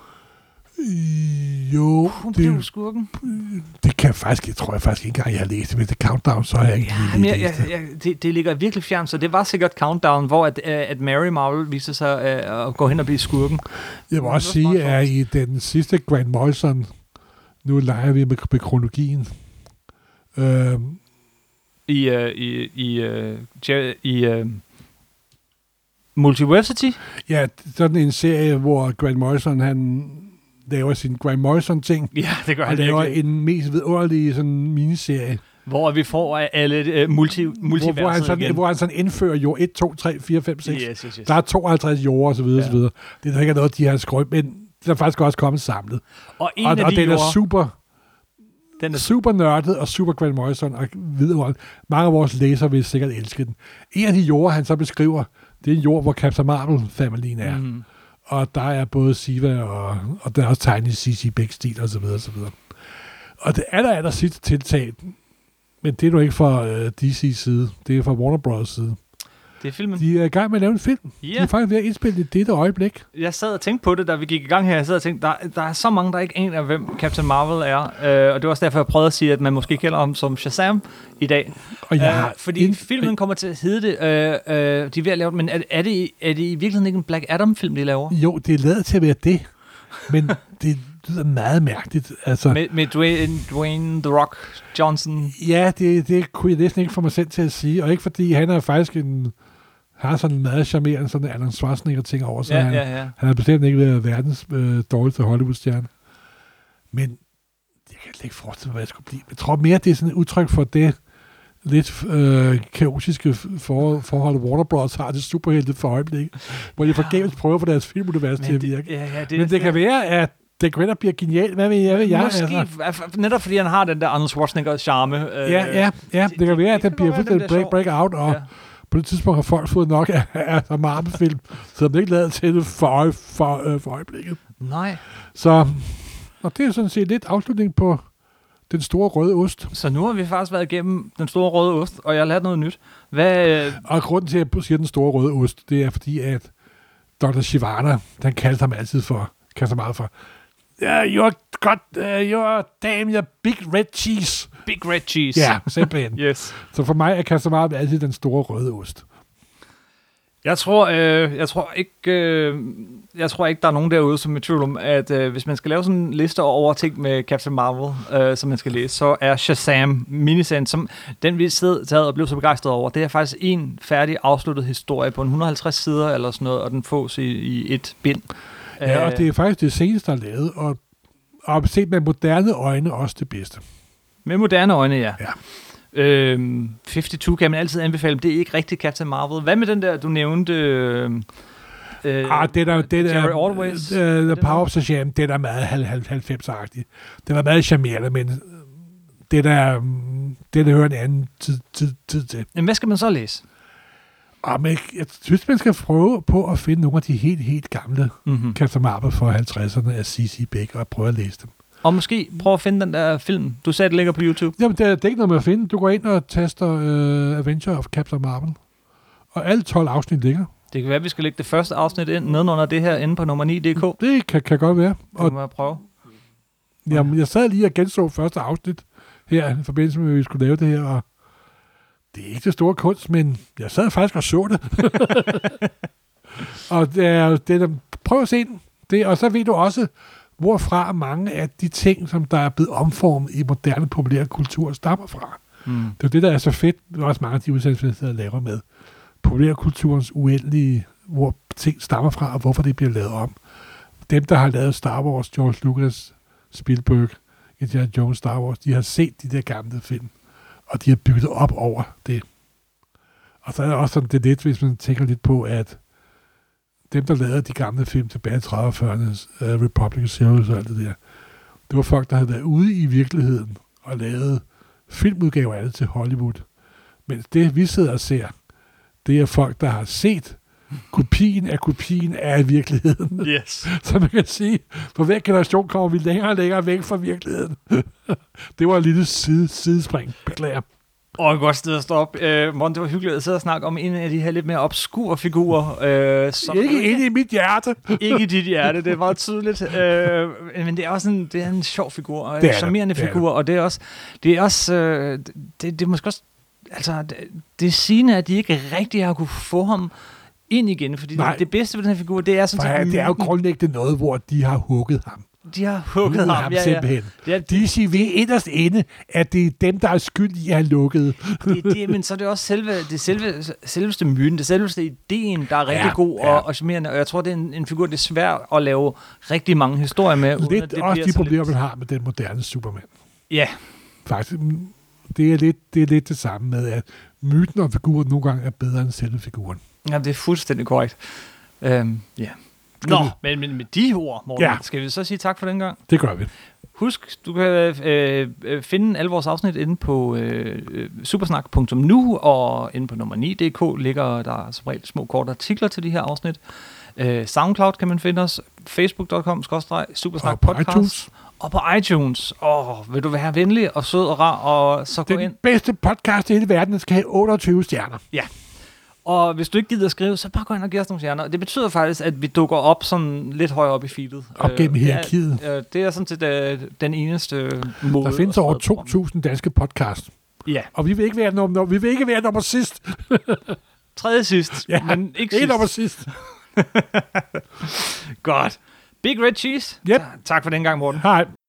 Jo. Hun blev skurken. Det kan jeg faktisk... Jeg tror faktisk ikke engang, jeg har læst det. Hvis det er Countdown, så har jeg ikke læst det. Det ligger virkelig fjernt, så det var sikkert Countdown, hvor at Mary Marvel viste sig at gå hen og blive skurken. Jeg vil også sige, at i den sidste Grant Morrison, nu leger vi med kronologien, i Multiversity? Ja, sådan en serie, hvor Grant Morrison, han laver sin Grant Morrison-ting. Ja, det gør han. Og laver en mest vidunderlig sådan miniserie. Hvor vi får alle multiverset igen. Hvor han sådan indfører jord 1, 2, 3, 4, 5, 6. Yes. Der er 52 jord og så videre, så videre. Det er der ikke noget, de har skrevet, men det er faktisk også kommet samlet. Og en af de den jord... Den er super nørdet og super Grant Morrison og videre. Mange af vores læsere vil sikkert elske den. En af de jorder, han så beskriver, det er en jord, hvor Captain Marvel-familien er. Og der er både Siva og der er også tegnet C.C. Bæk-stil og så videre, så videre. Og det er der sidste tiltag, men det er nu ikke fra DC's side. Det er fra Warner Bros. Side. Det er filmen. De er i gang med at lave en film. De er faktisk ved at indspille i dette øjeblik. Jeg sad og tænkte på det, da vi gik i gang her. Jeg sad og tænkte, der er så mange, der ikke aner, hvem Captain Marvel er. Og det var også derfor, jeg prøvede at sige, at man måske kender ham som Shazam i dag. Fordi filmen kommer til at hedde det. De er ved at lave det, men er det i virkeligheden ikke en Black Adam-film, de laver? Jo, det er lavet til at være det. Men det er meget mærkeligt. Altså, med Dwayne The Rock Johnson. Ja, det kunne jeg næsten ikke få mig selv til at sige. Og ikke fordi han er faktisk har sådan en meget charmerende sådan en Arnold Schwarzenegger-ting over sig. Han har bestemt ikke været verdens dårligste Hollywood-stjerne. Men jeg kan ikke forestille mig, hvad jeg skulle blive. Jeg tror mere, det er sådan et udtryk for det lidt kaotiske forhold, Warner Bros. Har til superhelte for øjeblikket, hvor de forgæves prøver for deres filmunivers til at virke. Men det kan være, at det kan blive genialt. Hvad ved jeg? Måske, netop fordi han har den der Arnold Schwarzenegger-charme. Det kan være, at den bliver fuldstændig break-out, og på det tidspunkt har folk fået nok af Marvel-film, så det er ikke lavet til det for øjeblikket. Nej. Så, og det er sådan set lidt afslutning på den store røde ost. Så nu har vi faktisk været igennem den store røde ost, og jeg har lært noget nyt. Og grunden til, at jeg siger den store røde ost, det er fordi, at Dr. Shivana, den kaldte ham altid for, you're damn big red cheese. Big red cheese. Ja, simpelthen. Yes. Så for mig er Casamar altid den store røde ost. Jeg tror ikke, der er nogen derude, som er i tvivl om, at hvis man skal lave sådan en liste over ting med Captain Marvel, som man skal læse, så er Shazam miniserien, som den vi sad og blev så begejstret over. Det er faktisk en færdig afsluttet historie på 150 sider eller sådan noget, og den fås i et bind. Ja, og det er faktisk det seneste, der er lavet, og set med moderne øjne også det bedste. Med moderne øjne, ja. 52 kan man altid anbefale, det er ikke rigtig Captain Marvel. Hvad med den der, du nævnte? Jerry Always? The Power of Shazam, det er meget 90'er-agtigt. Det var meget charmerende, men det der hører en anden tid til. Men hvad skal man så læse? Men jeg synes, man skal prøve på at finde nogle af de helt gamle Captain Marvel fra 50'erne af C.C. Beck og prøve at læse dem. Og måske prøv at finde den der film. Du sagde, det ligger på YouTube. Jamen, det er ikke noget med at finde. Du går ind og taster Adventure of Captain Marvel. Og alle 12 afsnit ligger. Det kan være, at vi skal lægge det første afsnit ind nedenunder det her inde på nummer 9.dk. Det kan godt være. Og må jeg prøve. Jamen, jeg sad lige og genså første afsnit her i forbindelse med, at vi skulle lave det her, og det er ikke det store kunst, men jeg sad faktisk og så det. Og prøv at se det, og så ved du også, hvorfra mange af de ting, som der er blevet omformet i moderne populær kultur, stammer fra. Det er jo det, der er så fedt, også mange af de udsendelser, der laver med populærkulturens uendelige, hvor ting stammer fra, og hvorfor det bliver lavet om. Dem, der har lavet Star Wars, George Lucas, Spielberg, Indiana Jones, Star Wars, de har set de der gamle film, og de har bygget op over det. Og så er det også sådan, det er lidt, hvis man tænker lidt på, at dem, der lavede de gamle film tilbage i 30'erne, Republic of Heroes og alt det der, det var folk, der havde været ude i virkeligheden og lavet filmudgaver af det til Hollywood. Men det, vi sidder og ser, det er folk, der har set kopien af virkeligheden. Yes. Så man kan sige, for hver generation kommer vi længere og længere væk fra virkeligheden. Det var et lille sidespring. Beklager. Og et godt sted at stoppe. Morten, det var hyggeligt at sidde og snakke om en af de her lidt mere obskure figurer. Som ikke inde i mit hjerte. Ikke i dit hjerte, det er meget tydeligt. Men det er også en sjov figur, og en charmerende figur, og det er måske også, altså, det er sigende, at de ikke rigtig har kunne få ham ind igen, fordi det bedste ved den her figur, det er sådan... Det er jo grundlæggende noget, hvor de har hugget ham. De har hugget ham, simpelthen. Ja. De siger ved inderst inde, at det er dem, der er skyld i at have lukket. Men så er det også selveste myten, det selveste ideen, der er rigtig god og charmerende, og jeg tror, det er en figur, det er svært at lave rigtig mange historier med. Lidt uden at det også de problemer, man har med den moderne Superman. Ja. Faktisk, det er lidt det samme med, at myten og figuren nogle gange er bedre end selve figuren. Ja, det er fuldstændig korrekt. Ja. Nå, men med de ord, Morten, skal vi så sige tak for den gang? Det gør vi. Husk, du kan finde alle vores afsnit inde på supersnak.nu, og inde på nummer 9.dk ligger der som regel små korte artikler til de her afsnit. SoundCloud kan man finde os, facebook.com/supersnakpodcast, og på iTunes. Vil du være venlig og sød og rar, og så gå ind. Den bedste podcast i hele verden skal have 28 stjerner. Ja. Og hvis du ikke gider at skrive, så bare gå ind og giv os nogle stjerner. Det betyder faktisk, at vi dukker op sådan lidt højere op i feedet. Op gennem hierarkiet. Det er sådan set den eneste måde. Der findes over 2.000 danske podcasts. Ja. Og vi vil ikke være nummer sidst. Tredje sidst, men ikke sidst. Nummer sidst. Godt. Big Red Cheese. Yep. Tak for den gang, Morten. Hej.